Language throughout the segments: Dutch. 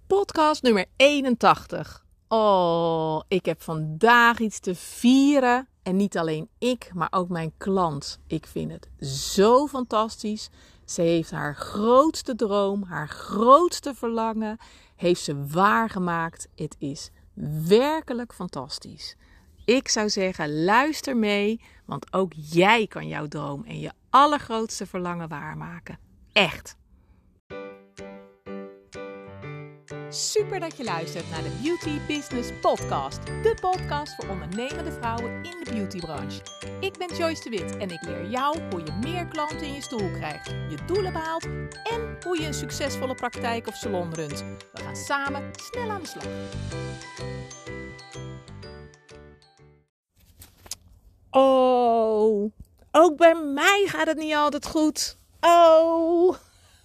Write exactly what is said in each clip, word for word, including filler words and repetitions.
Podcast nummer eenentachtig. Oh, ik heb vandaag iets te vieren. En niet alleen ik, maar ook mijn klant. Ik vind het zo fantastisch. Ze heeft haar grootste droom, haar grootste verlangen, heeft ze waargemaakt. Het is werkelijk fantastisch. Ik zou zeggen, luister mee, want ook jij kan jouw droom en je allergrootste verlangen waarmaken. Echt. Super dat je luistert naar de Beauty Business Podcast. De podcast voor ondernemende vrouwen in de beautybranche. Ik ben Joyce de Wit en ik leer jou hoe je meer klanten in je stoel krijgt, je doelen behaalt en hoe je een succesvolle praktijk of salon runt. We gaan samen snel aan de slag. Oh, ook bij mij gaat het niet altijd goed. Oh,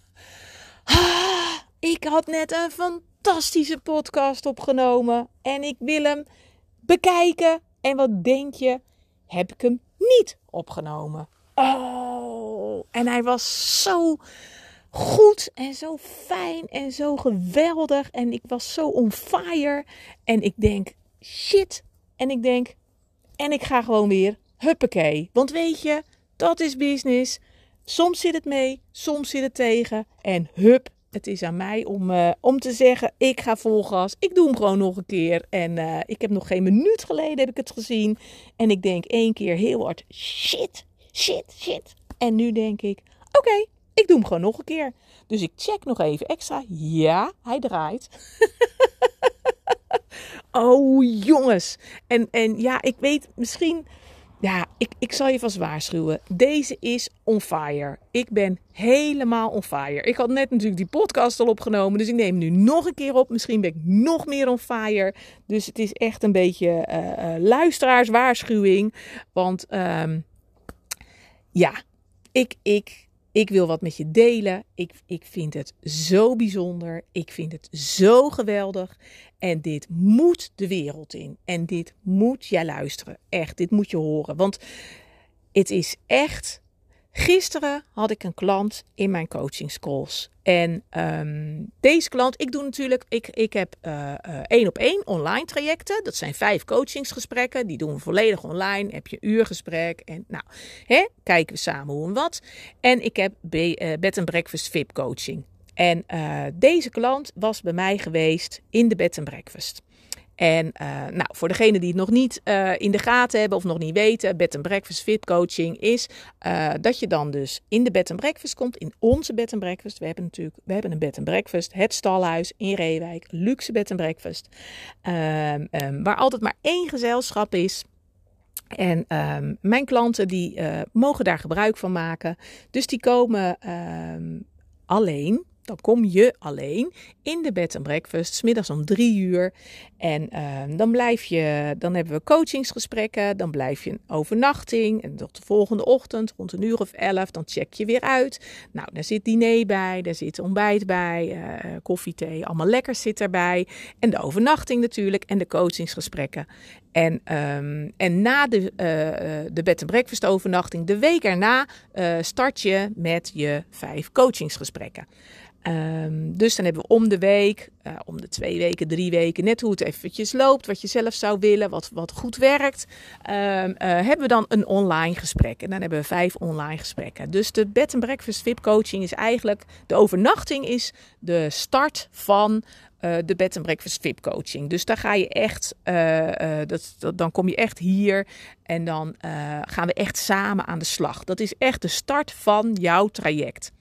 ik had net een fantastische podcast opgenomen en ik wil hem bekijken. En wat denk je? Heb ik hem niet opgenomen? Oh, en hij was zo goed en zo fijn en zo geweldig. En ik was zo on fire. En ik denk, shit. En ik denk, en ik ga gewoon weer, huppakee. Want weet je, dat is business. Soms zit het mee, soms zit het tegen. En hup, het is aan mij om, uh, om te zeggen, ik ga vol gas. Ik doe hem gewoon nog een keer. En uh, ik heb nog geen minuut geleden heb ik het gezien. En ik denk één keer heel hard, shit, shit, shit. En nu denk ik, oké, okay, ik doe hem gewoon nog een keer. Dus ik check nog even extra. Ja, hij draait. Oh jongens. En, en ja, ik weet misschien... Ja, ik, ik zal je vast waarschuwen. Deze is on fire. Ik ben helemaal on fire. Ik had net natuurlijk die podcast al opgenomen. Dus ik neem nu nog een keer op. Misschien ben ik nog meer on fire. Dus het is echt een beetje uh, uh, luisteraarswaarschuwing. Want um, ja, ik, ik, ik wil wat met je delen. Ik, ik vind het zo bijzonder. Ik vind het zo geweldig. En dit moet de wereld in. En dit moet jij luisteren. Echt, dit moet je horen. Want het is echt... Gisteren had ik een klant in mijn coachingscalls. En um, deze klant, ik doe natuurlijk... Ik, ik heb uh, uh, één op één online trajecten. Dat zijn vijf coachingsgesprekken. Die doen we volledig online. Heb je een uurgesprek. En nou, hè, kijken we samen hoe en wat. En ik heb B, uh, Bed and Breakfast V I P coaching. En uh, deze klant was bij mij geweest in de Bed and Breakfast. En uh, nou, voor degenen die het nog niet uh, in de gaten hebben of nog niet weten, Bed and Breakfast V I P coaching is uh, dat je dan dus in de Bed and Breakfast komt, in onze Bed and Breakfast. We hebben natuurlijk, we hebben een Bed and Breakfast, het Stalhuis in Reewijk, luxe Bed and Breakfast, um, um, waar altijd maar één gezelschap is. En um, mijn klanten die uh, mogen daar gebruik van maken. Dus die komen um, alleen. Dan kom je alleen in de Bed and Breakfast, 's middags om drie uur. En uh, dan blijf je, dan hebben we coachingsgesprekken, dan blijf je een overnachting. En tot de volgende ochtend, rond een uur of elf, dan check je weer uit. Nou, daar zit diner bij, daar zit ontbijt bij, uh, koffie, thee, allemaal lekkers zit erbij. En de overnachting natuurlijk en de coachingsgesprekken. En, um, en na de, uh, de Bed and Breakfast overnachting, de week erna, uh, start je met je vijf coachingsgesprekken. Um, dus dan hebben we om de week, uh, om de twee weken, drie weken, net hoe het eventjes loopt, wat je zelf zou willen, wat, wat goed werkt, um, uh, hebben we dan een online gesprek. En dan hebben we vijf online gesprekken. Dus de Bed and Breakfast V I P coaching is eigenlijk, de overnachting is de start van uh, de Bed and Breakfast V I P coaching. Dus daar ga je echt, uh, uh, dat, dat, dan kom je echt hier en dan uh, gaan we echt samen aan de slag. Dat is echt de start van jouw traject.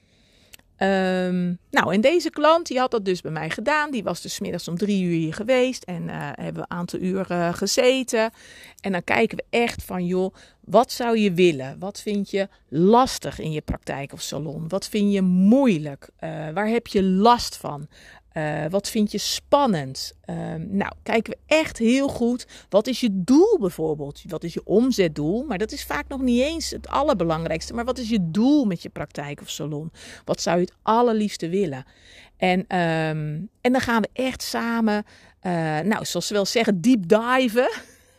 Um, nou, en deze klant, die had dat dus bij mij gedaan. Die was dus 's middags om drie uur hier geweest. En uh, hebben we een aantal uren uh, gezeten. En dan kijken we echt van, joh, wat zou je willen? Wat vind je lastig in je praktijk of salon? Wat vind je moeilijk? Uh, waar heb je last van? Uh, wat vind je spannend? Uh, nou, kijken we echt heel goed. Wat is je doel bijvoorbeeld? Wat is je omzetdoel? Maar dat is vaak nog niet eens het allerbelangrijkste. Maar wat is je doel met je praktijk of salon? Wat zou je het allerliefste willen? En, um, en dan gaan we echt samen, uh, nou, zoals ze wel zeggen, deep diven.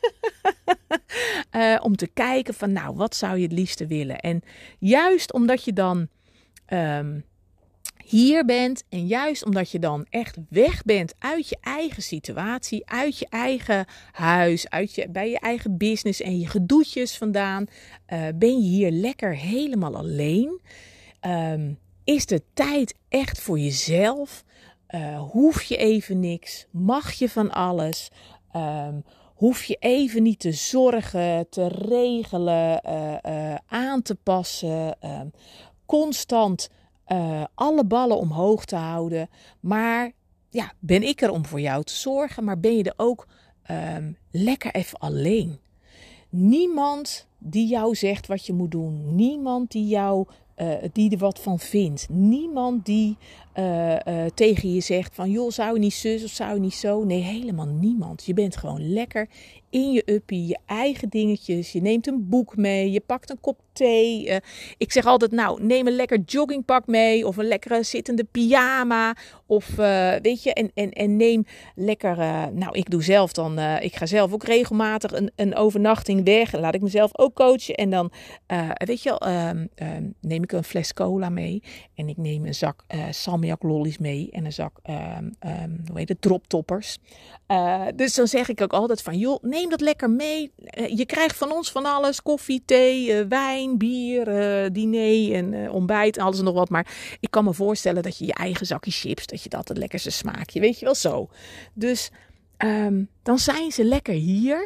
uh, om te kijken van, nou, wat zou je het liefste willen? En juist omdat je dan... Um, hier bent. En juist omdat je dan echt weg bent uit je eigen situatie, uit je eigen huis, uit je, bij je eigen business en je gedoetjes vandaan, uh, ben je hier lekker helemaal alleen. Um, is de tijd echt voor jezelf? Uh, hoef je even niks? Mag je van alles? Um, hoef je even niet te zorgen, te regelen, uh, uh, aan te passen, uh, constant uh, alle ballen omhoog te houden. Maar ja, ben ik er om voor jou te zorgen, maar ben je er ook um, lekker even alleen? Niemand die jou zegt wat je moet doen. Niemand die jou uh, die er wat van vindt. Niemand die uh, uh, tegen je zegt van joh, zou je niet zus of zou je niet zo. Nee, helemaal niemand. Je bent gewoon lekker in je uppie, je eigen dingetjes. Je neemt een boek mee, je pakt een kop thee. Uh, ik zeg altijd, nou, neem een lekker joggingpak mee of een lekkere zittende pyjama. Of uh, weet je, en, en, en neem lekker, uh, nou, ik doe zelf dan, uh, ik ga zelf ook regelmatig een, een overnachting weg. En laat ik mezelf ook coachen. En dan, uh, weet je wel, uh, uh, neem ik een fles cola mee. En ik neem een zak uh, salmiak lollies mee. En een zak, um, um, hoe heet het, droptoppers. Uh, dus dan zeg ik ook altijd van, joh, neem dat lekker mee. Uh, je krijgt van ons van alles, koffie, thee, uh, wijn, bier, uh, diner en uh, ontbijt en alles en nog wat. Maar ik kan me voorstellen dat je je eigen zakje chips, dat je dat het lekkerste smaakje, weet je wel zo. Dus um, dan zijn ze lekker hier.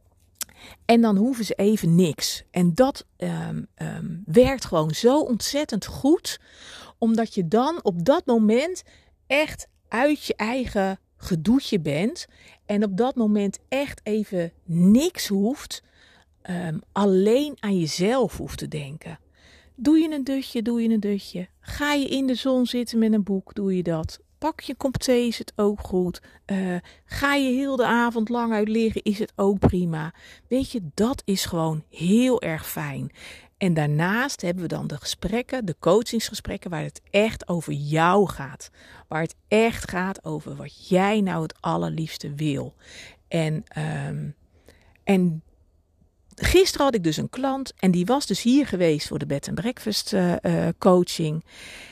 En dan hoeven ze even niks. En dat um, um, werkt gewoon zo ontzettend goed. Omdat je dan op dat moment echt uit je eigen gedoetje bent. En op dat moment echt even niks hoeft. Um, alleen aan jezelf hoeft te denken. Doe je een dutje, doe je een dutje. Ga je in de zon zitten met een boek, doe je dat. Pak je een kop thee, is het ook goed. Uh, ga je heel de avond lang uit liggen, is het ook prima. Weet je, dat is gewoon heel erg fijn. En daarnaast hebben we dan de gesprekken, de coachingsgesprekken, waar het echt over jou gaat. Waar het echt gaat over wat jij nou het allerliefste wil. En, um, en gisteren had ik dus een klant en die was dus hier geweest voor de bed and breakfast uh, uh, coaching.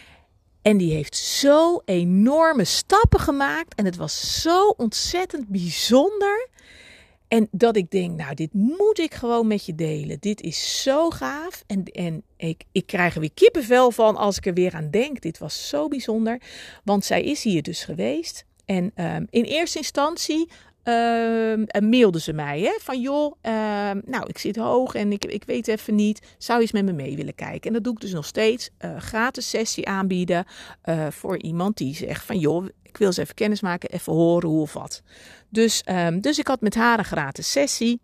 En die heeft zo enorme stappen gemaakt. En het was zo ontzettend bijzonder. En dat ik denk, nou, dit moet ik gewoon met je delen. Dit is zo gaaf. En, en ik, ik krijg er weer kippenvel van als ik er weer aan denk. Dit was zo bijzonder. Want zij is hier dus geweest. En um, in eerste instantie Uh, mailde ze mij, hè, van joh, uh, nou ik zit hoog en ik, ik weet even niet, zou je eens met me mee willen kijken? En dat doe ik dus nog steeds, uh, gratis sessie aanbieden uh, voor iemand die zegt van joh, ik wil eens even kennis maken, even horen hoe of wat. Dus, um, dus ik had met haar een gratis sessie.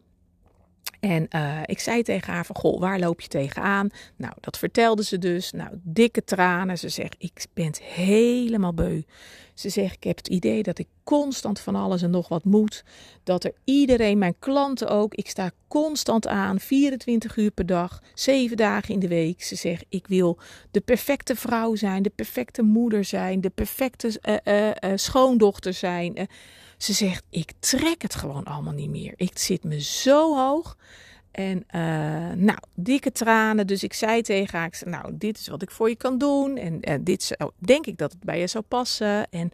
En uh, ik zei tegen haar van, goh, waar loop je tegenaan? Nou, dat vertelde ze dus. Nou, dikke tranen. Ze zegt, ik ben helemaal beu. Ze zegt, ik heb het idee dat ik constant van alles en nog wat moet. Dat er iedereen, mijn klanten ook, ik sta constant aan, vierentwintig uur per dag, zeven dagen in de week. Ze zegt, ik wil de perfecte vrouw zijn, de perfecte moeder zijn, de perfecte uh, uh, uh, schoondochter zijn. Uh, Ze zegt, ik trek het gewoon allemaal niet meer. Ik zit me zo hoog. En uh, nou, dikke tranen. Dus ik zei tegen haar, ik zei, nou, dit is wat ik voor je kan doen. En, en dit zou, denk ik dat het bij je zou passen. En,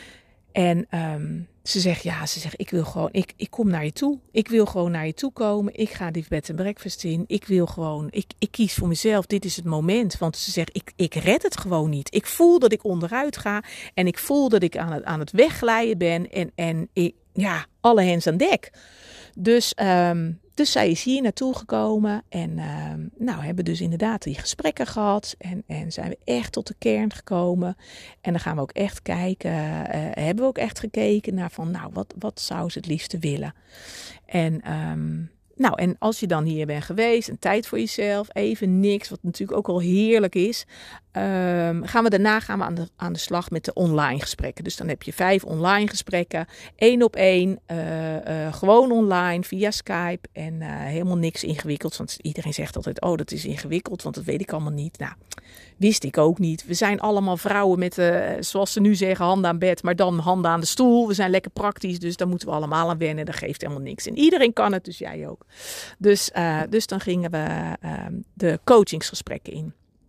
en um, ze zegt, ja, ze zegt, ik wil gewoon, ik, ik kom naar je toe. Ik wil gewoon naar je toe komen. Ik ga die bed and breakfast in. Ik wil gewoon, ik, ik kies voor mezelf. Dit is het moment. Want ze zegt, ik, ik red het gewoon niet. Ik voel dat ik onderuit ga. En ik voel dat ik aan het, aan het wegglijden ben. En, en ik, ja, alle hens aan dek. Dus, um, dus zij is hier naartoe gekomen en um, nou, hebben dus inderdaad die gesprekken gehad en, en zijn we echt tot de kern gekomen. En dan gaan we ook echt kijken, uh, hebben we ook echt gekeken naar van, nou, wat, wat zou ze het liefste willen? En, um, nou, en als je dan hier bent geweest, een tijd voor jezelf, even niks, wat natuurlijk ook al heerlijk is, um, gaan we daarna gaan we aan, de, aan de slag met de online gesprekken. Dus dan heb je vijf online gesprekken, één op één, uh, uh, gewoon online via Skype en uh, helemaal niks ingewikkelds. Want iedereen zegt altijd, oh, dat is ingewikkeld, want dat weet ik allemaal niet. Nou, wist ik ook niet. We zijn allemaal vrouwen met, uh, zoals ze nu zeggen, handen aan bed, maar dan handen aan de stoel. We zijn lekker praktisch, dus daar moeten we allemaal aan wennen. Dat geeft helemaal niks. En iedereen kan het, dus jij ook. Dus, uh, dus dan gingen we uh, de coachingsgesprekken in.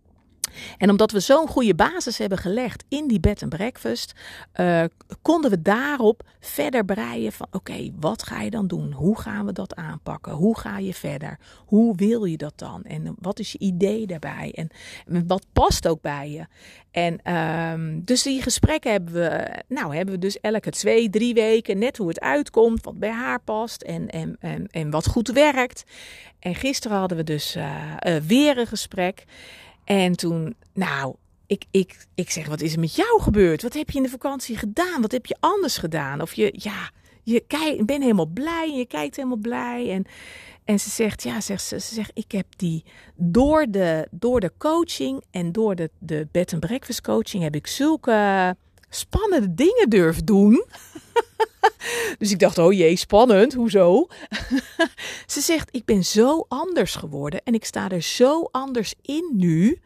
En omdat we zo'n goede basis hebben gelegd in die bed and breakfast, uh, konden we daarop verder breien van oké, okay, wat ga je dan doen? Hoe gaan we dat aanpakken? Hoe ga je verder? Hoe wil je dat dan? En wat is je idee daarbij? En wat past ook bij je? En um, dus die gesprekken hebben we, nou hebben we dus elke twee, drie weken, net hoe het uitkomt, wat bij haar past en, en, en, en wat goed werkt. En gisteren hadden we dus uh, uh, weer een gesprek. En toen, nou, ik, ik, ik zeg, wat is er met jou gebeurd? Wat heb je in de vakantie gedaan? Wat heb je anders gedaan? Of je, ja, je kijk, bent helemaal blij en je kijkt helemaal blij. En, en ze zegt, ja, zegt ze, ze zegt, ik heb die, door de, door de coaching en door de, de bed and breakfast coaching heb ik zulke spannende dingen durven doen. Dus ik dacht, oh jee, spannend, hoezo? Ze zegt, ik ben zo anders geworden en ik sta er zo anders in nu,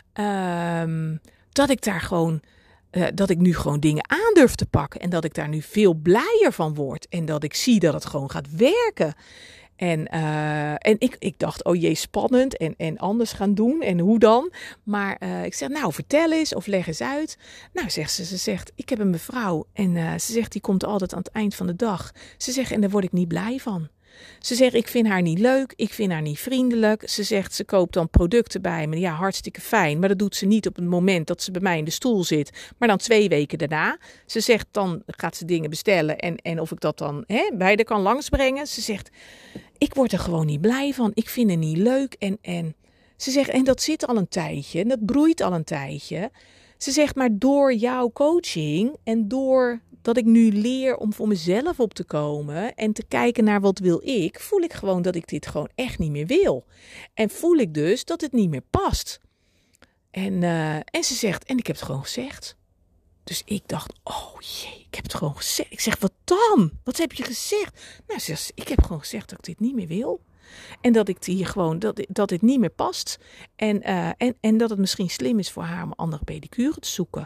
um, dat ik daar gewoon, uh, dat ik nu gewoon dingen aan durf te pakken en dat ik daar nu veel blijer van word en dat ik zie dat het gewoon gaat werken. En, uh, en ik, ik dacht, oh jee, spannend en, en anders gaan doen en hoe dan? Maar uh, ik zeg, nou vertel eens of leg eens uit. Nou zegt ze, ze zegt, ik heb een mevrouw en uh, ze zegt, die komt altijd aan het eind van de dag. Ze zegt, en daar word ik niet blij van. Ze zegt, ik vind haar niet leuk, ik vind haar niet vriendelijk. Ze zegt, ze koopt dan producten bij me. Ja, hartstikke fijn, maar dat doet ze niet op het moment dat ze bij mij in de stoel zit. Maar dan twee weken daarna. Ze zegt, dan gaat ze dingen bestellen en, en of ik dat dan hè, bij haar kan langsbrengen. Ze zegt, ik word er gewoon niet blij van. Ik vind het niet leuk. En, en ze zegt, en dat zit al een tijdje en dat broeit al een tijdje. Ze zegt, maar door jouw coaching en door dat ik nu leer om voor mezelf op te komen en te kijken naar wat wil ik, voel ik gewoon dat ik dit gewoon echt niet meer wil. En voel ik dus dat het niet meer past. En, uh, en ze zegt, en ik heb het gewoon gezegd. Dus ik dacht, oh jee, ik heb het gewoon gezegd. Ik zeg, wat dan? Wat heb je gezegd? Nou, ze zegt, ik heb gewoon gezegd dat ik dit niet meer wil. En dat ik hier gewoon, dat, dat dit niet meer past. En, uh, en, en dat het misschien slim is voor haar om een andere pedicure te zoeken.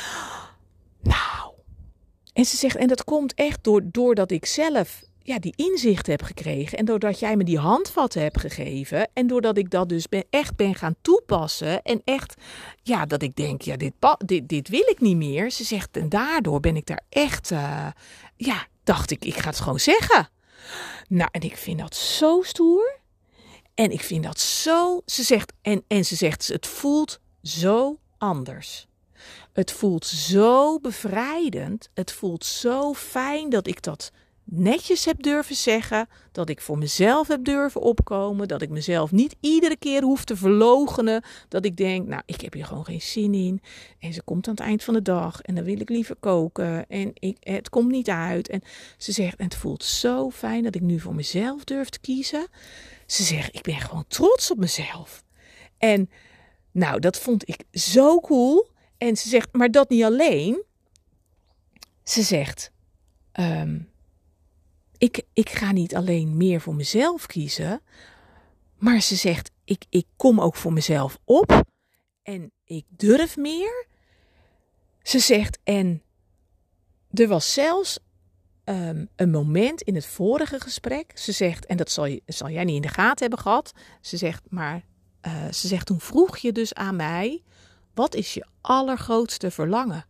Nou. En ze zegt, en dat komt echt door, doordat ik zelf ja, die inzicht heb gekregen. En doordat jij me die handvatten hebt gegeven. En doordat ik dat dus ben, echt ben gaan toepassen. En echt, ja, dat ik denk, ja, dit, dit, dit wil ik niet meer. Ze zegt, en daardoor ben ik daar echt, uh, ja, dacht ik, ik ga het gewoon zeggen. Nou, en ik vind dat zo stoer. En ik vind dat zo, ze zegt, en, en ze zegt, het voelt zo anders. Het voelt zo bevrijdend. Het voelt zo fijn dat ik dat netjes heb durven zeggen. Dat ik voor mezelf heb durven opkomen. Dat ik mezelf niet iedere keer hoef te verloochenen. Dat ik denk, nou, ik heb hier gewoon geen zin in. En ze komt aan het eind van de dag. En dan wil ik liever koken. En ik, het komt niet uit. En ze zegt, en het voelt zo fijn dat ik nu voor mezelf durf te kiezen. Ze zegt, ik ben gewoon trots op mezelf. En nou, dat vond ik zo cool. En ze zegt, maar dat niet alleen. Ze zegt, um, ik, ik ga niet alleen meer voor mezelf kiezen. Maar ze zegt, ik, ik kom ook voor mezelf op. En ik durf meer. Ze zegt, en er was zelfs um, een moment in het vorige gesprek. Ze zegt, en dat zal, je, zal jij niet in de gaten hebben gehad. Ze zegt, maar uh, ze zegt, toen vroeg je dus aan mij, wat is je allergrootste verlangen?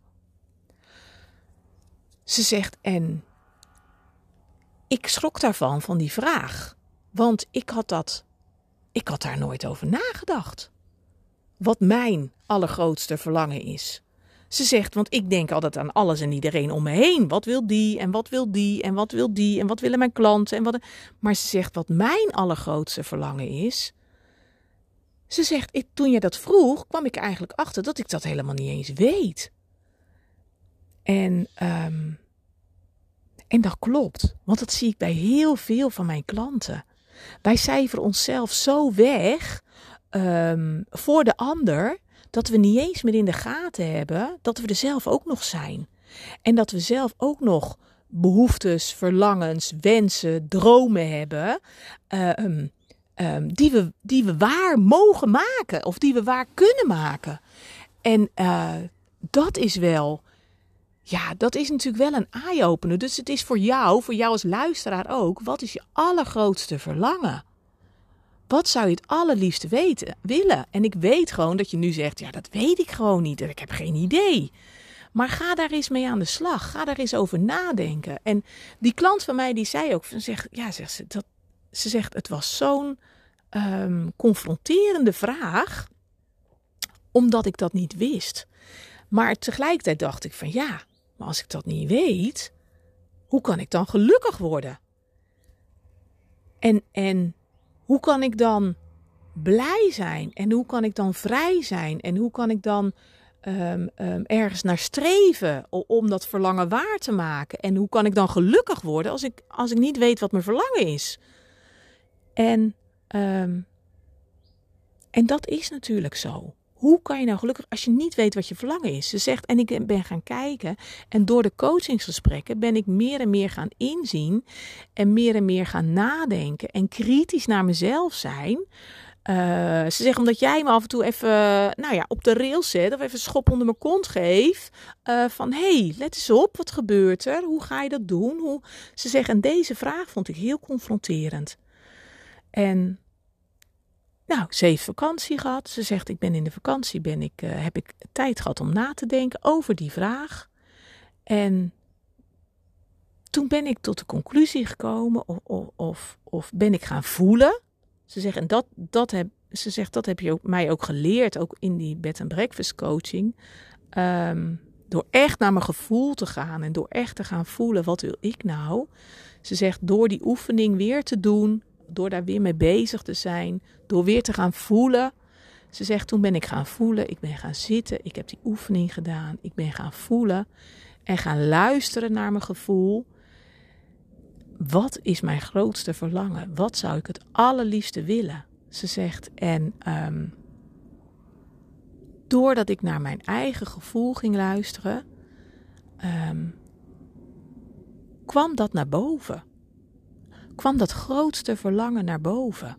Ze zegt, en ik schrok daarvan, van die vraag. Want ik had dat, ik had daar nooit over nagedacht. Wat mijn allergrootste verlangen is. Ze zegt, want ik denk altijd aan alles en iedereen om me heen. Wat wil die en wat wil die en wat wil die en wat willen mijn klanten? En wat... Maar ze zegt, wat mijn allergrootste verlangen is. Ze zegt, ik, toen je dat vroeg, kwam ik eigenlijk achter dat ik dat helemaal niet eens weet. En, um, en dat klopt, want dat zie ik bij heel veel van mijn klanten. Wij cijferen onszelf zo weg um, voor de ander, dat we niet eens meer in de gaten hebben dat we er zelf ook nog zijn. En dat we zelf ook nog behoeftes, verlangens, wensen, dromen hebben, uh, um, um, die, we, die we waar mogen maken of die we waar kunnen maken. En uh, dat is wel, ja, dat is natuurlijk wel een eye-opener. Dus het is voor jou, voor jou als luisteraar ook, wat is je allergrootste verlangen? Wat zou je het allerliefste weten, willen? En ik weet gewoon dat je nu zegt, ja, dat weet ik gewoon niet. Ik heb geen idee. Maar ga daar eens mee aan de slag. Ga daar eens over nadenken. En die klant van mij, die zei ook, van, zegt, ja, zegt ze, dat, ze zegt, het was zo'n um, confronterende vraag, omdat ik dat niet wist. Maar tegelijkertijd dacht ik van, ja, maar als ik dat niet weet, hoe kan ik dan gelukkig worden? En, en hoe kan ik dan blij zijn? En hoe kan ik dan vrij zijn? En hoe kan ik dan um, um, ergens naar streven om dat verlangen waar te maken? En hoe kan ik dan gelukkig worden als ik, als ik niet weet wat mijn verlangen is? En, um, en dat is natuurlijk zo. Hoe kan je nou gelukkig als je niet weet wat je verlangen is? Ze zegt, en ik ben gaan kijken en door de coachingsgesprekken ben ik meer en meer gaan inzien en meer en meer gaan nadenken en kritisch naar mezelf zijn. Uh, ze zegt, omdat jij me af en toe even nou ja, op de rails zet of even een schop onder mijn kont geeft. Uh, van, hé, hey, let eens op, wat gebeurt er? Hoe ga je dat doen? Hoe... Ze zegt, en deze vraag vond ik heel confronterend. En nou, ze heeft vakantie gehad. Ze zegt, ik ben in de vakantie, ben ik, uh, heb ik tijd gehad om na te denken over die vraag. En toen ben ik tot de conclusie gekomen of, of, of, of ben ik gaan voelen. Ze zegt, en dat, dat, heb, ze zegt, dat heb je ook, mij ook geleerd, ook in die bed and breakfast coaching. Um, door echt naar mijn gevoel te gaan en door echt te gaan voelen, wat wil ik nou? Ze zegt, door die oefening weer te doen, door daar weer mee bezig te zijn, door weer te gaan voelen. Ze zegt, toen ben ik gaan voelen, ik ben gaan zitten, ik heb die oefening gedaan, ik ben gaan voelen en gaan luisteren naar mijn gevoel. Wat is mijn grootste verlangen? Wat zou ik het allerliefste willen? Ze zegt, en um, doordat ik naar mijn eigen gevoel ging luisteren, um, kwam dat naar boven. Kwam dat grootste verlangen naar boven.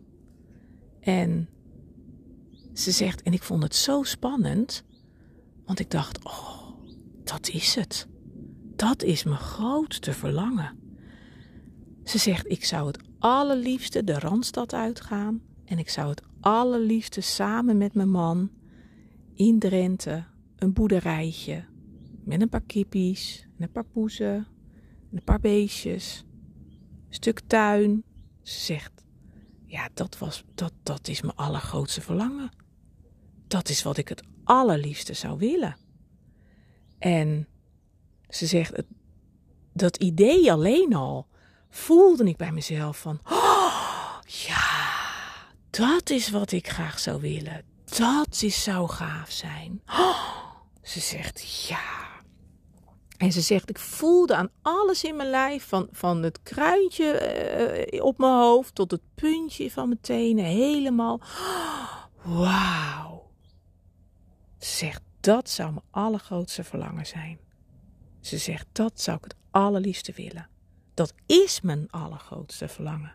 En ze zegt, en ik vond het zo spannend, want ik dacht, oh, dat is het. Dat is mijn grootste verlangen. Ze zegt, ik zou het allerliefste de Randstad uitgaan en ik zou het allerliefste samen met mijn man in Drenthe een boerderijtje met een paar kippies, en een paar poezen, en een paar beestjes, een stuk tuin. Ze zegt, ja, dat, was, dat, dat is mijn allergrootste verlangen. Dat is wat ik het allerliefste zou willen. En ze zegt, het, dat idee alleen al, voelde ik bij mezelf van, oh, ja, dat is wat ik graag zou willen. Dat is, zou gaaf zijn. Oh, ze zegt, ja. En ze zegt, ik voelde aan alles in mijn lijf, van, van het kruintje uh, op mijn hoofd tot het puntje van mijn tenen, helemaal, oh, wauw. Ze zegt, dat zou mijn allergrootste verlangen zijn. Ze zegt, dat zou ik het allerliefste willen. Dat is mijn allergrootste verlangen.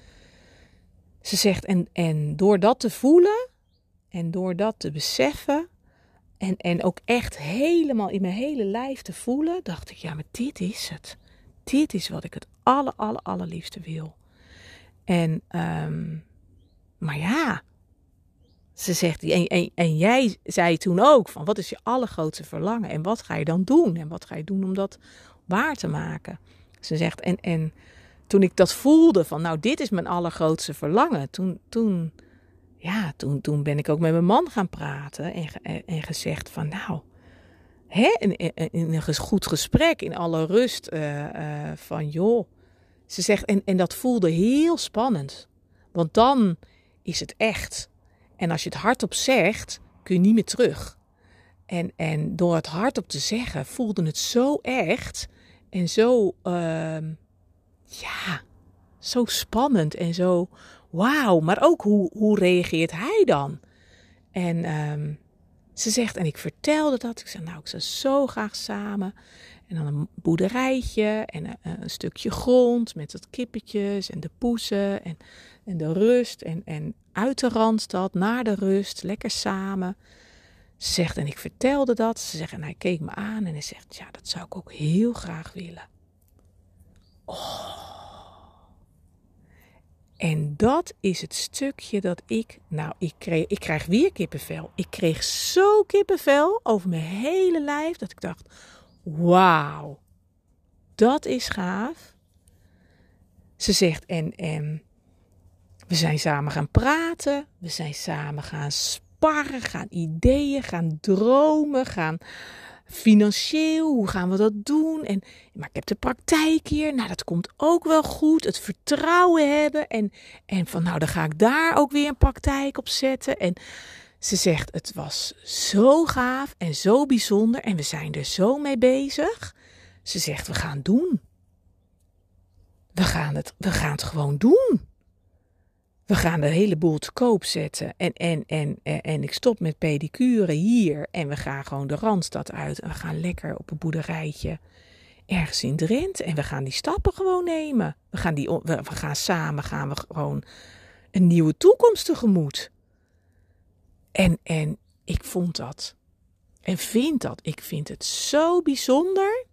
Ze zegt, en, en door dat te voelen en door dat te beseffen en, en ook echt helemaal in mijn hele lijf te voelen, dacht ik, ja, maar dit is het. Dit is wat ik het aller, aller, allerliefste wil. En, um, maar ja, ze zegt, en, en, en jij zei toen ook van, wat is je allergrootste verlangen? En wat ga je dan doen? En wat ga je doen om dat waar te maken? Ze zegt, en, en toen ik dat voelde van, nou, dit is mijn allergrootste verlangen. Toen, toen, ja, toen, toen ben ik ook met mijn man gaan praten en, en, en gezegd van, nou, hè, in, in, in een goed gesprek, in alle rust, uh, uh, van joh. Ze zegt, en, en dat voelde heel spannend. Want dan is het echt. En als je het hardop zegt, kun je niet meer terug. En, en door het hardop te zeggen, voelde het zo echt. En zo, uh, ja, zo spannend en zo, wauw. Maar ook, hoe, hoe reageert hij dan? En um, ze zegt, en ik vertelde dat. Ik zei, nou, ik zou zo graag samen. En dan een boerderijtje en een, een stukje grond met wat kippetjes en de poezen en, en de rust. En, en uit de Randstad naar de rust, lekker samen. Ze zegt, en ik vertelde dat. Ze zegt, en hij keek me aan en hij zegt, ja, dat zou ik ook heel graag willen. Oh. En dat is het stukje dat ik, nou, ik, kreeg, ik krijg weer kippenvel. Ik kreeg zo kippenvel over mijn hele lijf dat ik dacht, wauw, dat is gaaf. Ze zegt, en, en we zijn samen gaan praten, we zijn samen gaan sparren, gaan ideeën, gaan dromen, gaan financieel, hoe gaan we dat doen? En, maar ik heb de praktijk hier, nou dat komt ook wel goed. Het vertrouwen hebben en, en van nou dan ga ik daar ook weer een praktijk op zetten. En ze zegt het was zo gaaf en zo bijzonder en we zijn er zo mee bezig. Ze zegt we gaan het doen. We gaan het, we gaan het gewoon doen. We gaan de hele boel te koop zetten. En, en, en, en, en ik stop met pedicure hier. En we gaan gewoon de Randstad uit. En we gaan lekker op een boerderijtje ergens in Drenthe. En we gaan die stappen gewoon nemen. We gaan, die, we, we gaan samen gaan we gewoon een nieuwe toekomst tegemoet. En, en ik vond dat. En vind dat. Ik vind het zo bijzonder.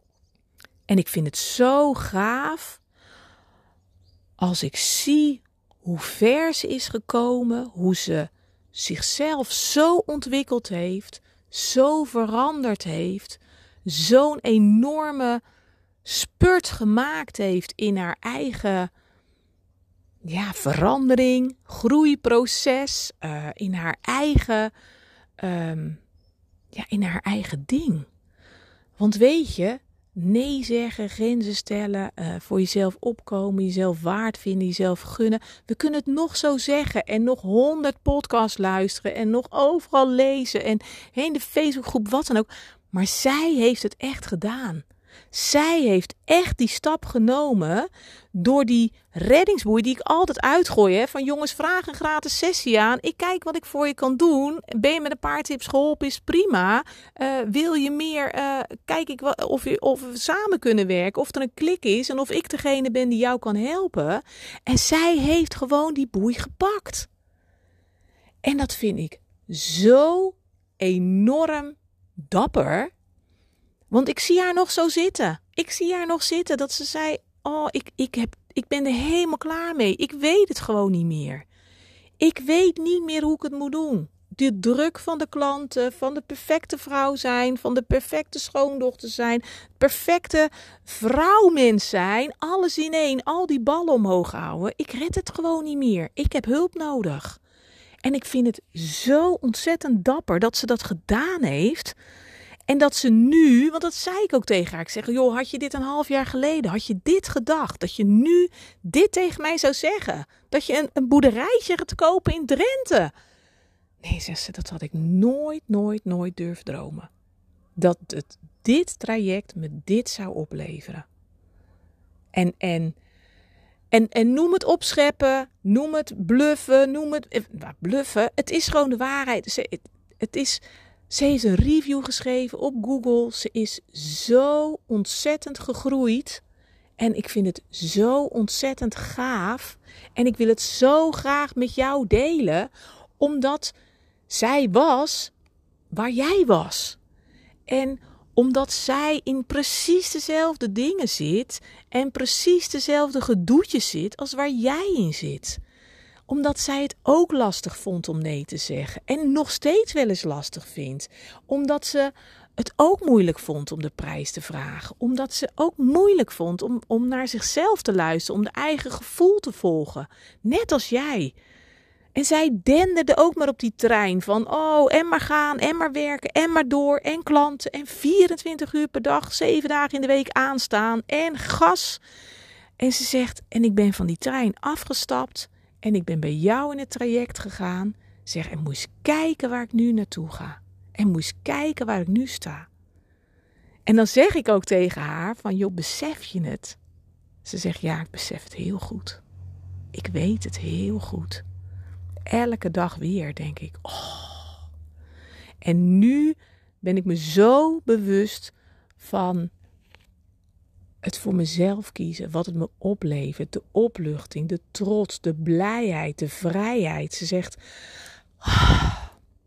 En ik vind het zo gaaf. Als ik zie hoe ver ze is gekomen, hoe ze zichzelf zo ontwikkeld heeft, zo veranderd heeft, zo'n enorme spurt gemaakt heeft in haar eigen ja, verandering, groeiproces, uh, in haar eigen, um, ja, in haar eigen ding. Want weet je, nee zeggen, grenzen stellen, uh, voor jezelf opkomen, jezelf waard vinden, jezelf gunnen. We kunnen het nog zo zeggen en nog honderd podcasts luisteren en nog overal lezen en in de Facebookgroep, wat dan ook. Maar zij heeft het echt gedaan. Zij heeft echt die stap genomen door die reddingsboei die ik altijd uitgooi. Hè, van jongens, vraag een gratis sessie aan. Ik kijk wat ik voor je kan doen. Ben je met een paar tips geholpen, is prima. Uh, wil je meer, uh, kijk ik wat, of, je, of we samen kunnen werken. Of er een klik is en of ik degene ben die jou kan helpen. En zij heeft gewoon die boei gepakt. En dat vind ik zo enorm dapper. Want ik zie haar nog zo zitten. Ik zie haar nog zitten dat ze zei, oh, ik, ik, heb, ik ben er helemaal klaar mee. Ik weet het gewoon niet meer. Ik weet niet meer hoe ik het moet doen. De druk van de klanten, van de perfecte vrouw zijn, van de perfecte schoondochter zijn, perfecte vrouwmens zijn, alles in één, al die ballen omhoog houden. Ik red het gewoon niet meer. Ik heb hulp nodig. En ik vind het zo ontzettend dapper dat ze dat gedaan heeft. En dat ze nu, want dat zei ik ook tegen haar. Ik zeg, joh, had je dit een half jaar geleden, had je dit gedacht? Dat je nu dit tegen mij zou zeggen? Dat je een, een boerderijtje gaat kopen in Drenthe? Nee, zegt ze, dat had ik nooit, nooit, nooit durven dromen. Dat het, dit traject me dit zou opleveren. En, en, en, en noem het opscheppen, noem het bluffen, noem het... Nou, bluffen, het is gewoon de waarheid. Het, het is... Ze heeft een review geschreven op Google. Ze is zo ontzettend gegroeid. En ik vind het zo ontzettend gaaf. En ik wil het zo graag met jou delen. Omdat zij was waar jij was. En omdat zij in precies dezelfde dingen zit. En precies dezelfde gedoetjes zit als waar jij in zit. Omdat zij het ook lastig vond om nee te zeggen. En nog steeds wel eens lastig vindt. Omdat ze het ook moeilijk vond om de prijs te vragen. Omdat ze ook moeilijk vond om, om naar zichzelf te luisteren. Om de eigen gevoel te volgen. Net als jij. En zij denderde ook maar op die trein van... Oh, en maar gaan, en maar werken, en maar door. En klanten, en vierentwintig uur per dag, zeven dagen in de week aanstaan. En gas. En ze zegt, en ik ben van die trein afgestapt... En ik ben bij jou in het traject gegaan. Zeg, en moet eens kijken waar ik nu naartoe ga. En moet eens kijken waar ik nu sta. En dan zeg ik ook tegen haar van, joh, besef je het? Ze zegt, ja, ik besef het heel goed. Ik weet het heel goed. Elke dag weer denk ik, oh. En nu ben ik me zo bewust van... het voor mezelf kiezen, wat het me oplevert, de opluchting, de trots, de blijheid, de vrijheid. Ze zegt, oh,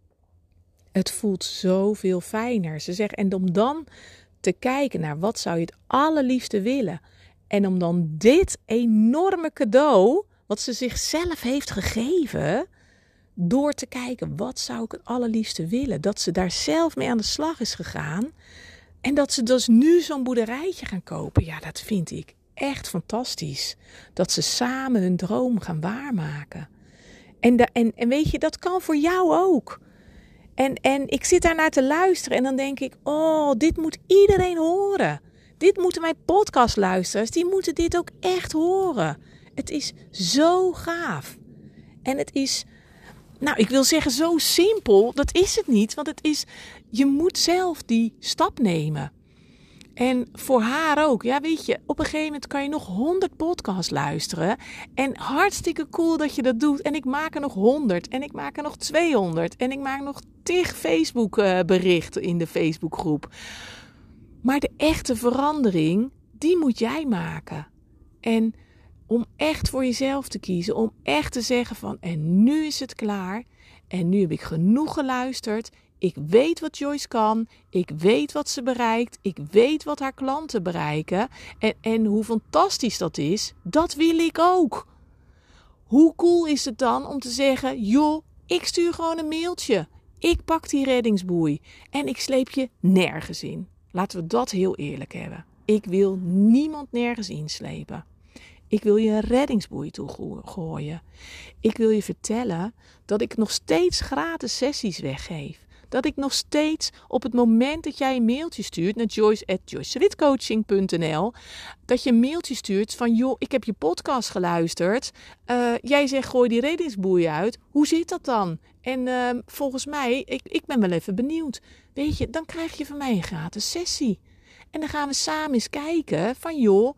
het voelt zoveel fijner. Ze zegt, en om dan te kijken naar wat zou je het allerliefste willen. En om dan dit enorme cadeau, wat ze zichzelf heeft gegeven door te kijken, wat zou ik het allerliefste willen? Dat ze daar zelf mee aan de slag is gegaan en dat ze dus nu zo'n boerderijtje gaan kopen. Ja, dat vind ik echt fantastisch. Dat ze samen hun droom gaan waarmaken. En, de, en, en weet je, dat kan voor jou ook. En, en ik zit daar naar te luisteren en dan denk ik, oh, dit moet iedereen horen. Dit moeten mijn podcastluisteraars, die moeten dit ook echt horen. Het is zo gaaf. En het is, nou, ik wil zeggen zo simpel, dat is het niet. Want het is, je moet zelf die stap nemen. En voor haar ook. Ja, weet je, op een gegeven moment kan je nog honderd podcasts luisteren. En hartstikke cool dat je dat doet. En ik maak er nog honderd. En ik maak er nog tweehonderd. En ik maak nog tig Facebook berichten in de Facebookgroep. Maar de echte verandering, die moet jij maken. En om echt voor jezelf te kiezen. Om echt te zeggen van, en nu is het klaar. En nu heb ik genoeg geluisterd. Ik weet wat Joyce kan. Ik weet wat ze bereikt. Ik weet wat haar klanten bereiken. En, en hoe fantastisch dat is, dat wil ik ook. Hoe cool is het dan om te zeggen, joh, ik stuur gewoon een mailtje. Ik pak die reddingsboei. En ik sleep je nergens in. Laten we dat heel eerlijk hebben. Ik wil niemand nergens inslepen. Ik wil je een reddingsboei toegooien. Ik wil je vertellen dat ik nog steeds gratis sessies weggeef. Dat ik nog steeds op het moment dat jij een mailtje stuurt naar joyce at joyce de wit coaching punt n l, dat je een mailtje stuurt van, joh, ik heb je podcast geluisterd. Uh, jij zegt, gooi die reddingsboei uit. Hoe zit dat dan? En uh, volgens mij, ik, ik ben wel even benieuwd. Weet je, dan krijg je van mij een gratis sessie. En dan gaan we samen eens kijken van, joh,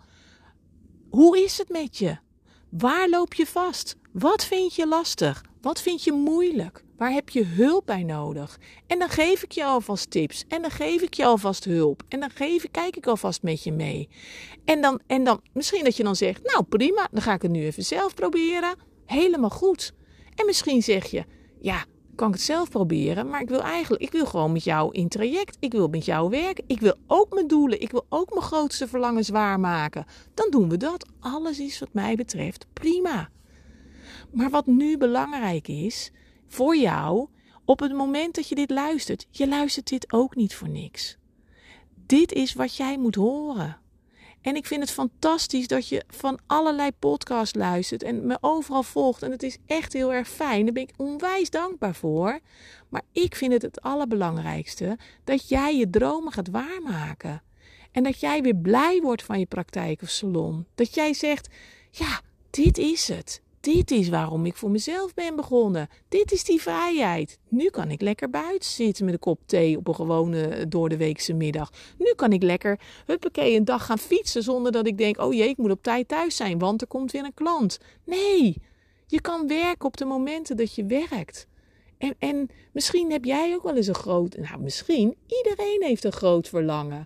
hoe is het met je? Waar loop je vast? Wat vind je lastig? Wat vind je moeilijk? Waar heb je hulp bij nodig? En dan geef ik je alvast tips. En dan geef ik je alvast hulp. En dan geef ik, kijk ik alvast met je mee. En dan, en dan misschien dat je dan zegt, nou prima, dan ga ik het nu even zelf proberen. Helemaal goed. En misschien zeg je, ja, kan ik het zelf proberen, maar ik wil eigenlijk, ik wil gewoon met jou in traject. Ik wil met jou werken. Ik wil ook mijn doelen. Ik wil ook mijn grootste verlangens waarmaken. Dan doen we dat. Alles is wat mij betreft prima. Maar wat nu belangrijk is voor jou, op het moment dat je dit luistert, je luistert dit ook niet voor niks. Dit is wat jij moet horen. En ik vind het fantastisch dat je van allerlei podcasts luistert en me overal volgt. En het is echt heel erg fijn. Daar ben ik onwijs dankbaar voor. Maar ik vind het het allerbelangrijkste dat jij je dromen gaat waarmaken. En dat jij weer blij wordt van je praktijk of salon. Dat jij zegt, ja, dit is het. Dit is waarom ik voor mezelf ben begonnen. Dit is die vrijheid. Nu kan ik lekker buiten zitten met een kop thee op een gewone doordeweekse middag. Nu kan ik lekker, huppakee, een dag gaan fietsen zonder dat ik denk, oh jee, ik moet op tijd thuis zijn, want er komt weer een klant. Nee, je kan werken op de momenten dat je werkt. En, en misschien heb jij ook wel eens een groot, nou misschien, iedereen heeft een groot verlangen.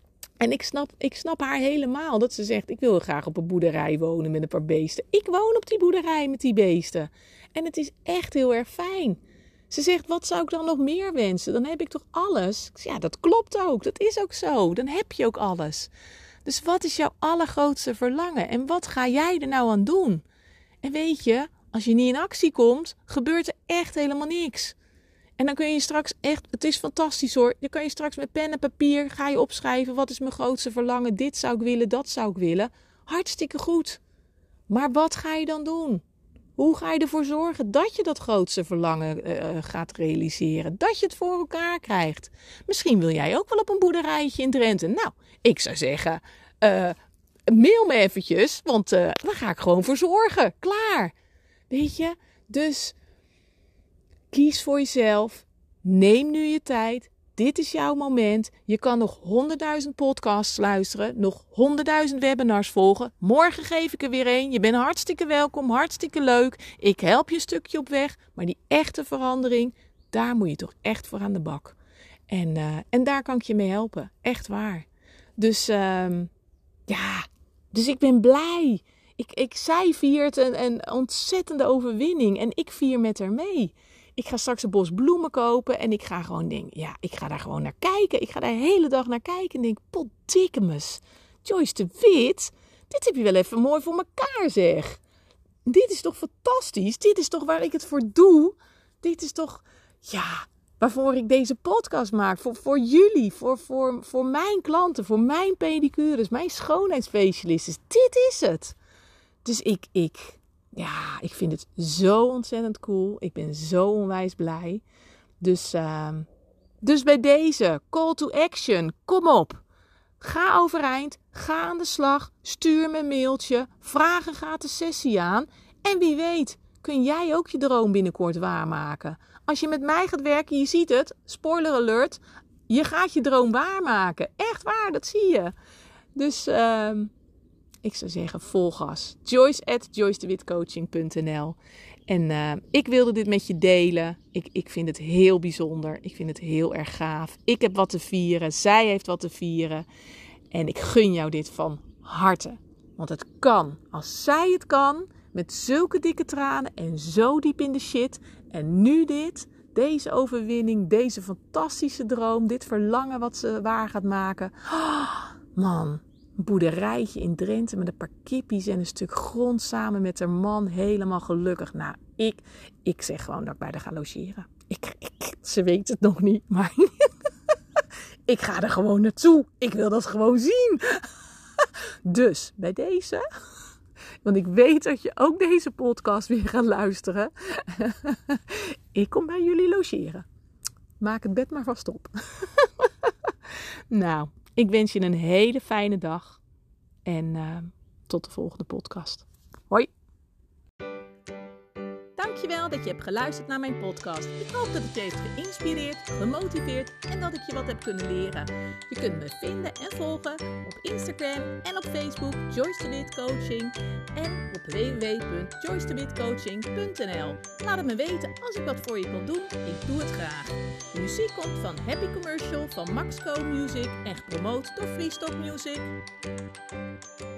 En ik snap, ik snap haar helemaal dat ze zegt, ik wil graag op een boerderij wonen met een paar beesten. Ik woon op die boerderij met die beesten. En het is echt heel erg fijn. Ze zegt, wat zou ik dan nog meer wensen? Dan heb ik toch alles? Ja, dat klopt ook. Dat is ook zo. Dan heb je ook alles. Dus wat is jouw allergrootste verlangen? En wat ga jij er nou aan doen? En weet je, als je niet in actie komt, gebeurt er echt helemaal niks. En dan kun je straks echt, het is fantastisch hoor, dan kan je straks met pen en papier, ga je opschrijven, wat is mijn grootste verlangen, dit zou ik willen, dat zou ik willen. Hartstikke goed. Maar wat ga je dan doen? Hoe ga je ervoor zorgen dat je dat grootste verlangen uh, gaat realiseren? Dat je het voor elkaar krijgt? Misschien wil jij ook wel op een boerderijtje in Drenthe. Nou, ik zou zeggen, uh, mail me eventjes, want uh, daar ga ik gewoon voor zorgen. Klaar. Weet je, dus kies voor jezelf. Neem nu je tijd. Dit is jouw moment. Je kan nog honderdduizend podcasts luisteren. Nog honderdduizend webinars volgen. Morgen geef ik er weer een. Je bent hartstikke welkom. Hartstikke leuk. Ik help je een stukje op weg. Maar die echte verandering, daar moet je toch echt voor aan de bak. En, uh, en daar kan ik je mee helpen. Echt waar. Dus uh, ja, dus ik ben blij. Ik, ik, zij viert een, een ontzettende overwinning. En ik vier met haar mee. Ik ga straks een bos bloemen kopen en ik ga gewoon denken, ja, ik ga daar gewoon naar kijken. Ik ga daar de hele dag naar kijken en denk, potdikkemes, Joyce de Wit, dit heb je wel even mooi voor elkaar zeg. dit is toch fantastisch? Dit is toch waar ik het voor doe? Dit is toch, ja, waarvoor ik deze podcast maak. Voor, voor jullie, voor, voor, voor mijn klanten, voor mijn pedicures, mijn schoonheidsspecialisten. Dit is het. Dus ik, ik, ja, ik vind het zo ontzettend cool. Ik ben zo onwijs blij. Dus, uh, dus bij deze, call to action, kom op. Ga overeind, ga aan de slag, stuur me een mailtje, vraag een gratis sessie aan. En wie weet, kun jij ook je droom binnenkort waarmaken. Als je met mij gaat werken, je ziet het, spoiler alert, je gaat je droom waarmaken. Echt waar, dat zie je. Dus uh, ik zou zeggen, vol gas. Joyce at joyce de wit coaching punt n l. En uh, ik wilde dit met je delen. Ik, ik vind het heel bijzonder. Ik vind het heel erg gaaf. Ik heb wat te vieren. Zij heeft wat te vieren. En ik gun jou dit van harte. Want het kan. Als zij het kan. Met zulke dikke tranen. En zo diep in de shit. En nu dit. Deze overwinning. Deze fantastische droom. Dit verlangen wat ze waar gaat maken. Oh, man. Een boerderijtje in Drenthe met een paar kippies en een stuk grond samen met haar man. Helemaal gelukkig. Nou, ik, ik zeg gewoon dat ik bij haar ga logeren. Ik, ik, ze weet het nog niet, maar ik ga er gewoon naartoe. Ik wil dat gewoon zien. Dus, bij deze, want ik weet dat je ook deze podcast weer gaat luisteren. Ik kom bij jullie logeren. Maak het bed maar vast op. Nou, ik wens je een hele fijne dag. En uh, tot de volgende podcast. Hoi! Dankjewel dat je hebt geluisterd naar mijn podcast. Ik hoop dat het je heeft geïnspireerd, gemotiveerd en dat ik je wat heb kunnen leren. Je kunt me vinden en volgen op Instagram en op Facebook Joyce de Wit Coaching en op w w w punt joyce de wit coaching punt n l. Laat het me weten als ik wat voor je kan doen. Ik doe het graag. De muziek komt van Happy Commercial van Maxco Music en gepromoot door Freestock Music.